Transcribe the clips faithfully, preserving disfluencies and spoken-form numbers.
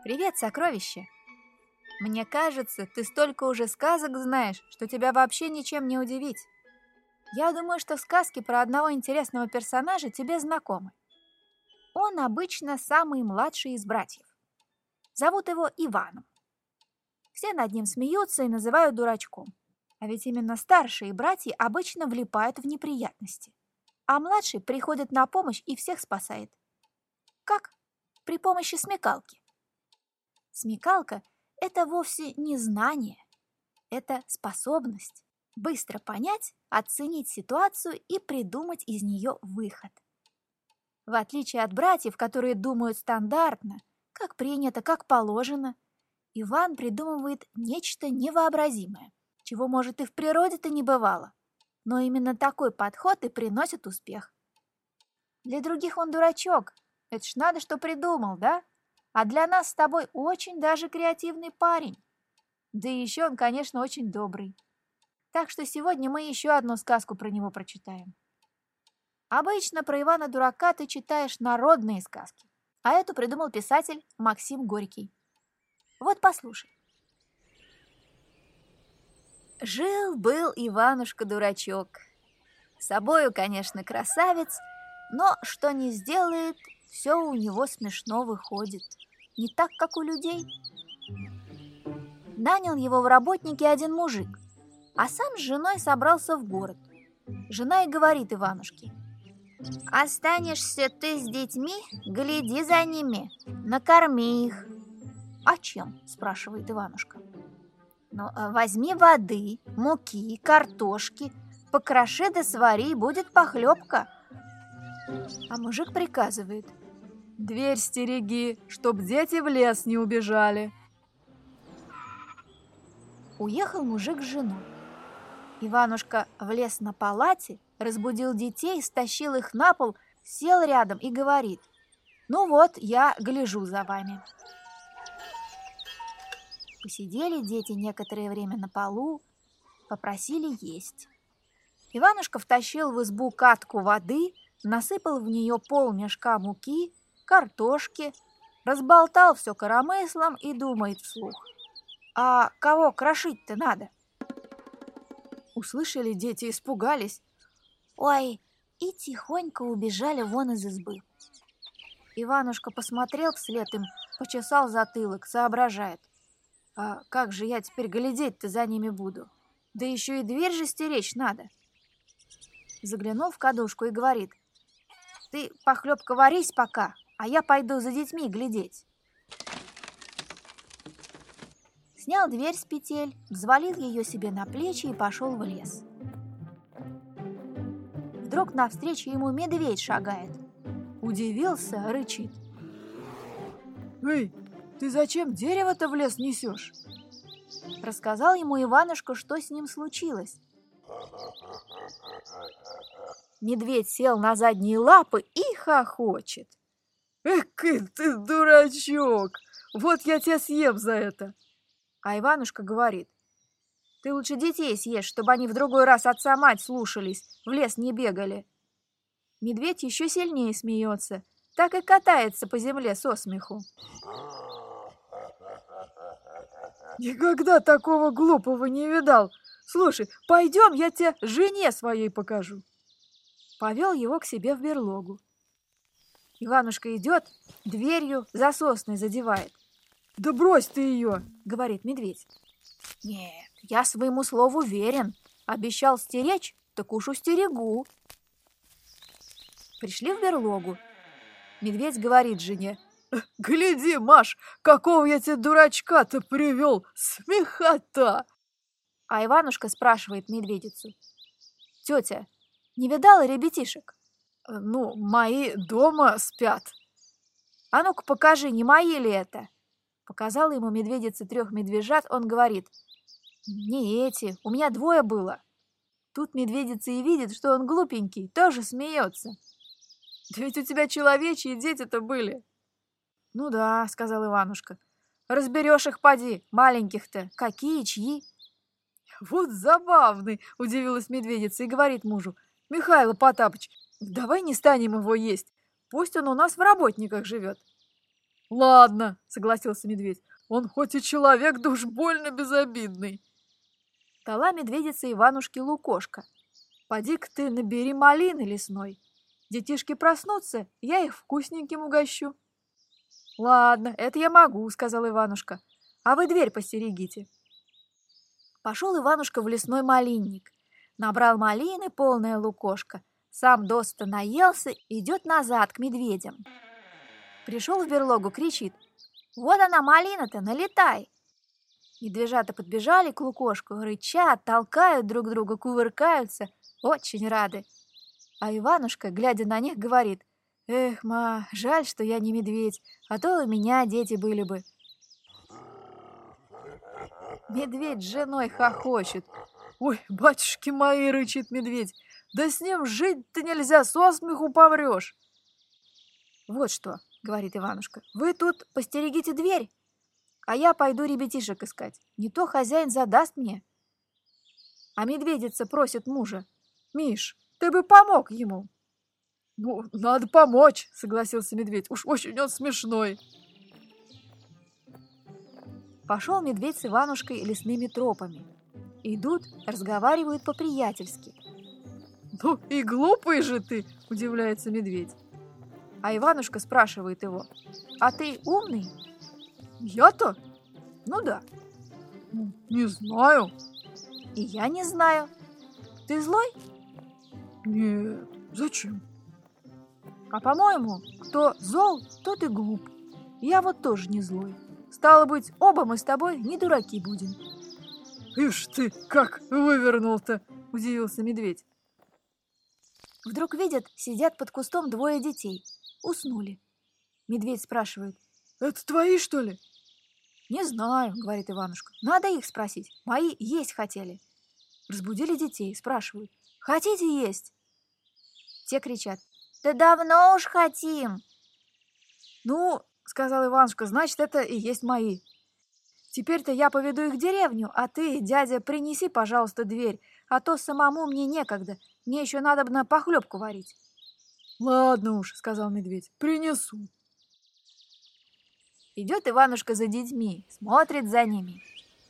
Привет, сокровище! Мне кажется, ты столько уже сказок знаешь, что тебя вообще ничем не удивить. Я думаю, что сказки про одного интересного персонажа тебе знакомы. Он обычно самый младший из братьев. Зовут его Иваном. Все над ним смеются и называют дурачком. А ведь именно старшие братья обычно влипают в неприятности, а младший приходит на помощь и всех спасает. Как? При помощи смекалки. Смекалка – это вовсе не знание, это способность быстро понять, оценить ситуацию и придумать из нее выход. В отличие от братьев, которые думают стандартно, как принято, как положено, Иван придумывает нечто невообразимое, чего, может, и в природе-то не бывало. Но именно такой подход и приносит успех. Для других он дурачок. Это ж надо, что придумал, да? А для нас с тобой очень даже креативный парень. Да и еще он, конечно, очень добрый. Так что сегодня мы еще одну сказку про него прочитаем. Обычно про Ивана-дурака ты читаешь народные сказки, а эту придумал писатель Максим Горький. Вот послушай. Жил-был Иванушка-дурачок. Собою, конечно, красавец, но что ни сделает, все у него смешно выходит. Не так, как у людей. Нанял его в работники один мужик, а сам с женой собрался в город. Жена и говорит Иванушке: «Останешься ты с детьми, гляди за ними, накорми их». «А чем?» – спрашивает Иванушка. «Ну, возьми воды, муки, картошки, покроши да свари, будет похлебка». А мужик приказывает: «Дверь стереги, чтоб дети в лес не убежали». Уехал мужик с женой. Иванушка влез на палате, разбудил детей, стащил их на пол, сел рядом и говорит: «Ну вот, я гляжу за вами». Посидели дети некоторое время на полу, попросили есть. Иванушка втащил в избу катку воды, насыпал в нее полмешка муки, картошки, разболтал все коромыслом и думает вслух: «А кого крошить-то надо?» Услышали дети, испугались. Ой, и тихонько убежали вон из избы. Иванушка посмотрел вслед им, почесал затылок, соображает: «А как же я теперь глядеть-то за ними буду? Да еще и дверь же стеречь надо». Заглянул в кадушку и говорит: «Ты, похлебка, варись пока, а я пойду за детьми глядеть». Снял дверь с петель, взвалил ее себе на плечи и пошел в лес. Вдруг навстречу ему медведь шагает. Удивился, рычит: «Эй, ты зачем дерево-то в лес несешь?» Рассказал ему Иванушка, что с ним случилось. Медведь сел на задние лапы и хохочет: «Экый ты дурачок! Вот я тебя съем за это!» А Иванушка говорит: «Ты лучше детей съешь, чтобы они в другой раз отца-мать слушались, в лес не бегали». Медведь еще сильнее смеется, так и катается по земле со смеху. «Никогда такого глупого не видал. Слушай, пойдем, я тебе жене своей покажу». Повел его к себе в берлогу. Иванушка идет, дверью за сосной задевает. «Да брось ты ее!» — говорит медведь. «Нет, я своему слову верен. Обещал стеречь, так уж устерегу». Пришли в берлогу. Медведь говорит жене: «Гляди, Маш, какого я тебе дурачка-то привел! Смехота!» А Иванушка спрашивает медведицу: «Тетя, не видала ребятишек?» «Ну, мои дома спят». «А ну-ка покажи, не мои ли это?» Показала ему медведица трех медвежат, он говорит: «Не эти, у меня двое было». Тут медведица и видит, что он глупенький, тоже смеется. «Да ведь у тебя человечьи дети-то были». «Ну да», — сказал Иванушка, — «разберешь их, поди, маленьких-то, какие, чьи». «Вот забавный», — удивилась медведица и говорит мужу: «Михайло Потапыч, давай не станем его есть, пусть он у нас в работниках живет». Ладно, согласился медведь. Он хоть и человек, да уж больно безобидный. Дала медведица Иванушке лукошко. Поди-ка ты набери малины лесной. Детишки проснутся, я их вкусненьким угощу. Ладно, это я могу, сказал Иванушка. А вы дверь постерегите. Пошел Иванушка в лесной малинник. Набрал малины полное лукошко. Сам досыта наелся, идет назад к медведям. Пришел в берлогу, кричит: «Вот она, малина-то, налетай!» Медвежата подбежали к лукошку, рычат, толкают друг друга, кувыркаются, очень рады. А Иванушка, глядя на них, говорит: «Эх, ма, жаль, что я не медведь, а то у меня дети были бы». Медведь с женой хохочет. «Ой, батюшки мои!» — рычит медведь. «Да с ним жить-то нельзя, со смеху помрешь!» «Вот что, — говорит Иванушка, — вы тут постерегите дверь, а я пойду ребятишек искать. Не то хозяин задаст мне». А медведица просит мужа: «Миш, ты бы помог ему». «Ну, надо помочь», — согласился медведь. «Уж очень он смешной». Пошел медведь с Иванушкой лесными тропами. Идут, разговаривают по-приятельски. «Ну и глупый же ты!» — удивляется медведь. А Иванушка спрашивает его: «А ты умный?» «Я-то? «Ну да». Ну, не знаю». «И я не знаю. Ты злой?» «Нет, зачем?» «А по-моему, кто зол, тот и глуп. Я вот тоже не злой. Стало быть, оба мы с тобой не дураки будем». «Ишь ты, как вывернул-то!» — удивился медведь. Вдруг видят, сидят под кустом двое детей. Уснули. Медведь спрашивает: «Это твои, что ли?» «Не знаю, — говорит Иванушка, — надо их спросить. Мои есть хотели». Разбудили детей, спрашивают: «Хотите есть?» Те кричат: «Да давно уж хотим». «Ну, — сказал Иванушка, — значит, это и есть мои. Теперь-то я поведу их в деревню, а ты, дядя, принеси, пожалуйста, дверь, а то самому мне некогда, мне еще надобно похлебку варить». «Ладно уж, — сказал медведь, — принесу». Идет Иванушка за детьми, смотрит за ними.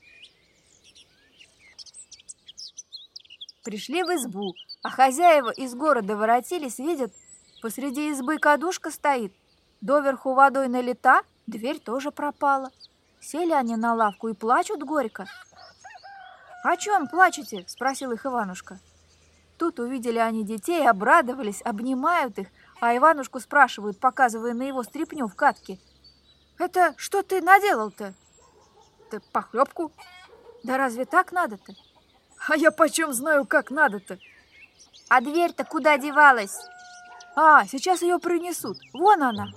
Пришли в избу, а хозяева из города воротились, видят, посреди избы кадушка стоит, доверху водой налита, дверь тоже пропала. Сели они на лавку и плачут горько. «О чем плачете?» – спросил их Иванушка. Тут увидели они детей, обрадовались, обнимают их, а Иванушку спрашивают, показывая на его стряпню в катке: «Это что ты наделал-то?» «Да похлебку». «Да разве так надо-то?» «А я почем знаю, как надо-то?» «А дверь-то куда девалась?» «А, сейчас ее принесут, вон она».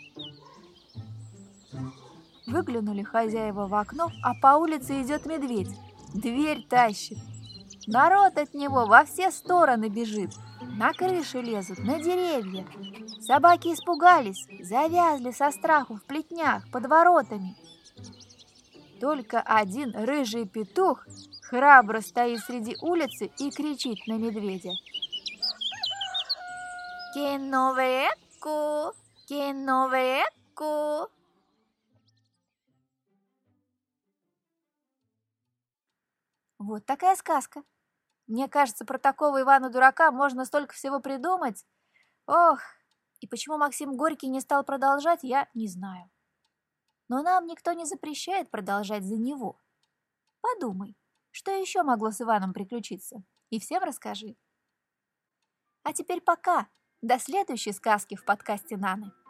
Выглянули хозяева в окно, а по улице идет медведь, дверь тащит. Народ от него во все стороны бежит, на крыши лезут, на деревья. Собаки испугались, завязли со страху в плетнях под воротами. Только один рыжий петух храбро стоит среди улицы и кричит на медведя: «Киноветку! Киноветку!» Вот такая сказка. Мне кажется, про такого Ивана-дурака можно столько всего придумать. Ох, и почему Максим Горький не стал продолжать, я не знаю. Но нам никто не запрещает продолжать за него. Подумай, что еще могло с Иваном приключиться, и всем расскажи. А теперь пока. До следующей сказки в подкасте Наны.